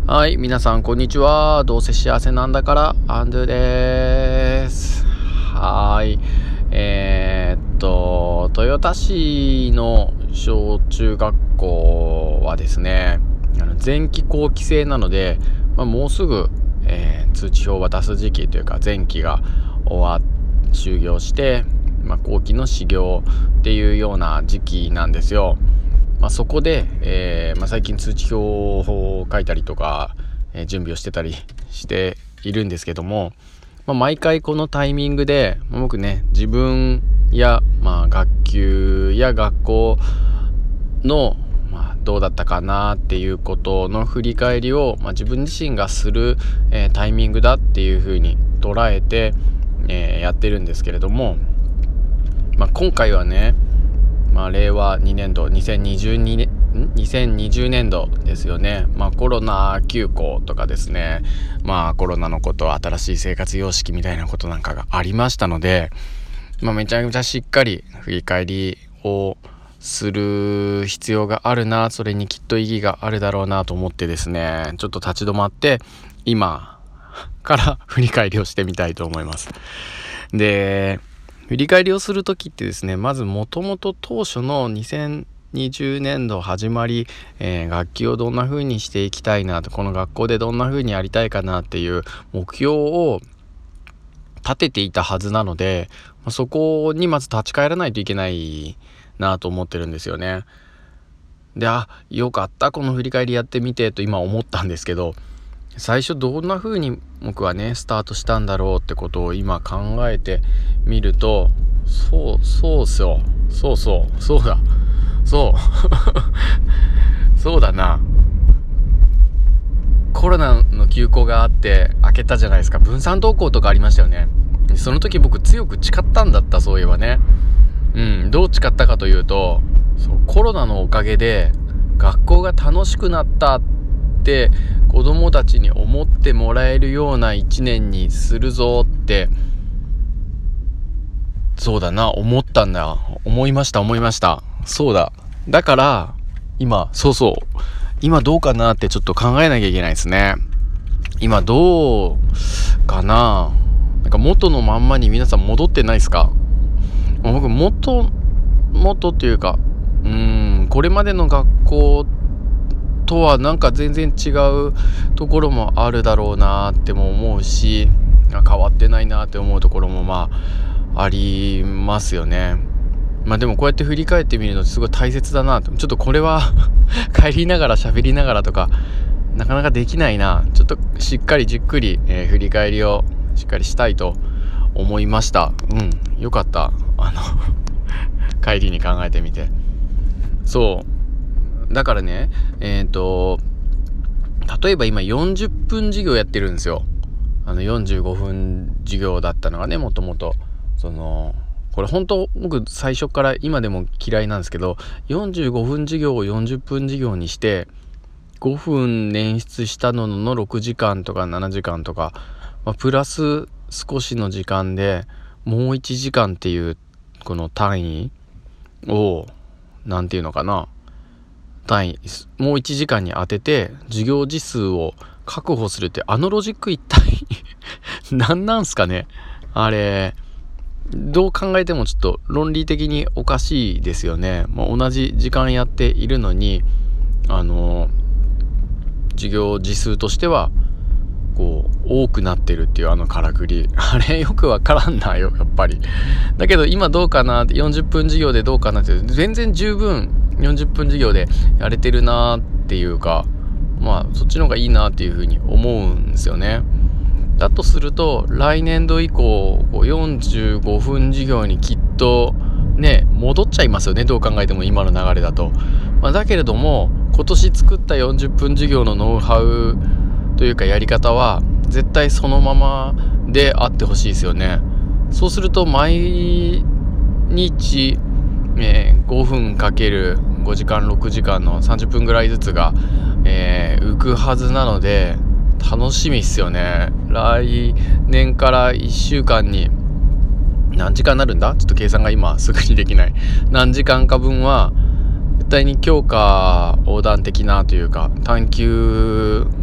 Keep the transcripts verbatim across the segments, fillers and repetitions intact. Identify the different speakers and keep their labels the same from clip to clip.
Speaker 1: はい、皆さんこんにちは。どうせ幸せなんだからアンドゥです。はい、えー、っと豊田市の小中学校はですね、あの前期後期制なので、まあ、もうすぐ、えー、通知表を渡す時期というか前期が終わ終業して、まあ、後期の始業っていうような時期なんですよ。まあ、そこで、えーまあ、最近通知表を書いたりとか、えー、準備をしてたりしているんですけども、まあ、毎回このタイミングで、まあ、僕ね自分や、まあ、学級や学校の、まあ、どうだったかなっていうことの振り返りを、まあ、自分自身がする、えー、タイミングだっていうふうに捉えて、えー、やってるんですけれども、まあ、今回はねまあ、れいわにねんどにせんにじゅうにねんにせんにじゅうねんどですよね。まあ、コロナ休校とかですね、まあ、コロナのこと新しい生活様式みたいなことなんかがありましたので、まあ、めちゃめちゃしっかり振り返りをする必要があるな、それにきっと意義があるだろうなと思ってですね、ちょっと立ち止まって今から振り返りをしてみたいと思います。で振り返りをするときってですね、まずもともと当初のにせんにじゅうねんど始まり、えー、学級をどんな風にしていきたいなと、この学校でどんな風にやりたいかなっていう目標を立てていたはずなので、そこにまず立ち返らないといけないなと思ってるんですよね。で、あ、よかったこの振り返りやってみてと今思ったんですけど、最初どんな風に僕はねスタートしたんだろうってことを今考えてみると、そうそうそうそうそうそうだそうそうだなコロナの休校があって開けたじゃないですか。分散登校とかありましたよね。その時僕強く誓ったんだった。そういえばね、うんどう誓ったかというと、そうコロナのおかげで学校が楽しくなったって子供たちに思ってもらえるような一年にするぞって、そうだな思ったんだ思いました思いましたそうだだから今そうそう今どうかなってちょっと考えなきゃいけないですね。今どうかな、なんか元のまんまに皆さん戻ってないですか？僕元元っていうかうーんこれまでの学校とはなんか全然違うところもあるだろうなっても思うし、変わってないなって思うところもまあありますよね。まあでもこうやって振り返ってみるのすごい大切だなと。ちょっとこれは帰りながら喋りながらとかなかなかできないな。ちょっとしっかりじっくり、えー、振り返りをしっかりしたいと思いました。うんよかったあの帰りに考えてみて。そうだからねえっと例えば今よんじゅっぷん授業やってるんですよ。あのよんじゅうごふん授業だったのがね、もともとそのこれ本当僕最初から今でも嫌いなんですけど、よんじゅうごふん授業をよんじゅっぷん授業にしてごふん捻出したののろくじかんとかななじかんとか、まあ、プラス少しの時間でもういちじかんっていうこの単位をなんていうのかな単位もういちじかんに当てて授業時数を確保するって、あのロジック一体何なんすかね。あれどう考えてもちょっと論理的におかしいですよね。もう同じ時間やっているのにあの授業時数としてはこう多くなってるっていうあのからくり、あれよくわからんなよやっぱり。だけど今どうかなってよんじゅっぷん授業でどうかなって全然十分よんじゅっぷん授業でやれてるなっていうか、まあそっちの方がいいなっていうふうに思うんですよね。だとすると来年度以降よんじゅうごふん授業にきっとね戻っちゃいますよね、どう考えても今の流れだと。まあ、だけれども今年作ったよんじゅっぷん授業のノウハウというかやり方は絶対そのままであってほしいですよね。そうすると毎日、えー、ごふんかけるごじかんろくじかんのさんじゅっぷんぐらいずつが、えー、浮くはずなので楽しみっすよね。来年からいっしゅうかんに何時間になるんだちょっと計算が今すぐにできない。何時間か分は絶対に教科横断的なというか探究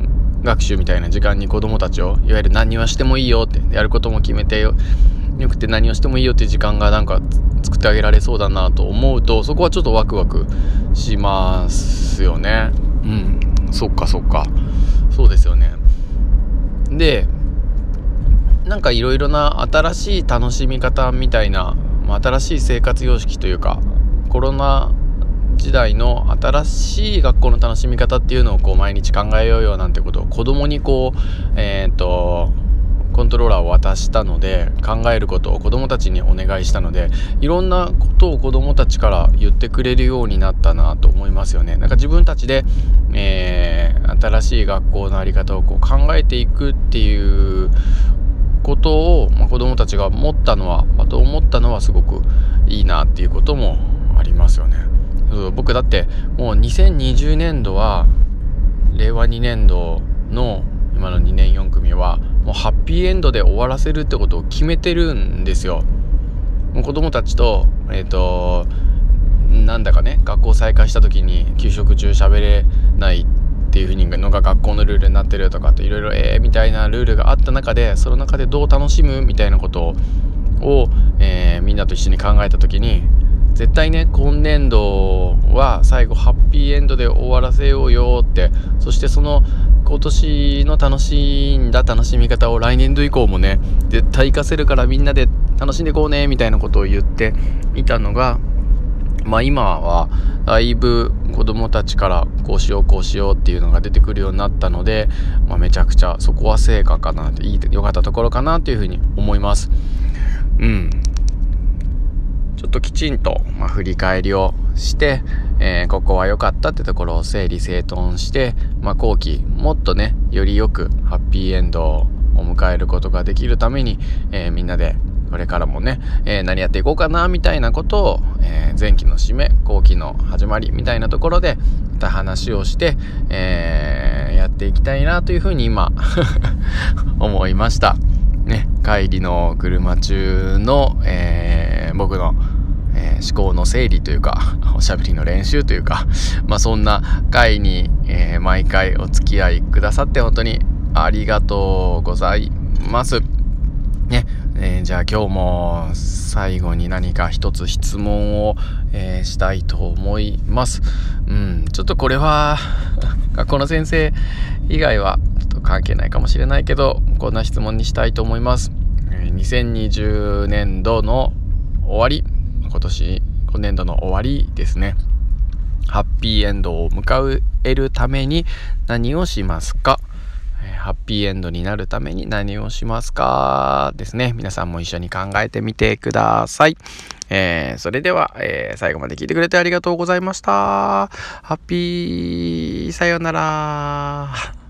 Speaker 1: 学習みたいな時間に子どもたちをいわゆる何をしてもいいよってやることも決めてよよくて何をしてもいいよっていう時間がなんか作ってあげられそうだなと思うと、そこはちょっとワクワクしますよね。うん、そっかそっか、そうですよね。で、なんかいろいろな新しい楽しみ方みたいな、まあ、新しい生活様式というか、コロナ時代の新しい学校の楽しみ方っていうのをこう毎日考えようよなんてことを子供にこうえっとコントローラーを渡したので、考えることを子どもたちにお願いしたので、いろんなことを子どもたちから言ってくれるようになったなと思いますよね。なんか自分たちで、えー、新しい学校の在り方をこう考えていくっていうことを、まあ、子どもたちが持ったのはあと思ったのはすごくいいなっていうこともありますよね。そう、僕だってもうにせんにじゅうねんどはれいわにねんどの今のにねんよん組はもうハッピーエンドで終わらせるってことを決めてるんですよ。もう子供たちとえっとなんだかね、学校再開した時に給食中喋れないっていう風にのが学校のルールになってるとかっていろいろえーみたいなルールがあった中で、その中でどう楽しむみたいなことを、えー、みんなと一緒に考えた時に、絶対ね今年度は最後ハッピーエンドで終わらせようよって、そしてその今年の楽しんだ楽しみ方を来年度以降もね絶対活かせるからみんなで楽しんでいこうねみたいなことを言っていたのが、まあ今はだいぶ子供たちからこうしようこうしようっていうのが出てくるようになったので、まあ、めちゃくちゃそこは成果かなって、いい良かったところかなというふうに思います。うん。ちょっときちんと、まあ、振り返りをして、えー、ここは良かったってところを整理整頓して、まあ、後期もっとねよりよくハッピーエンドを迎えることができるために、えー、みんなでこれからもね、えー、何やっていこうかなみたいなことを、えー、前期の締め後期の始まりみたいなところでまた話をして、えー、やっていきたいなというふうに今思いましたね。帰りの車中の、えー、僕のえー、思考の整理というかおしゃべりの練習というか、まあそんな回に、えー、毎回お付き合いくださって本当にありがとうございますね。えー、じゃあ今日も最後に何か一つ質問を、えー、したいと思います。うん、ちょっとこれは学校の先生以外はちょっと関係ないかもしれないけど、こんな質問にしたいと思います。えー、にせんにじゅうねんどの終わり、今年今年度の終わりですね。ハッピーエンドを迎えるために何をしますか？ハッピーエンドになるために何をしますかですね。皆さんも一緒に考えてみてください。えー、それでは、えー、最後まで聞いてくれてありがとうございました。ハッピーさようなら。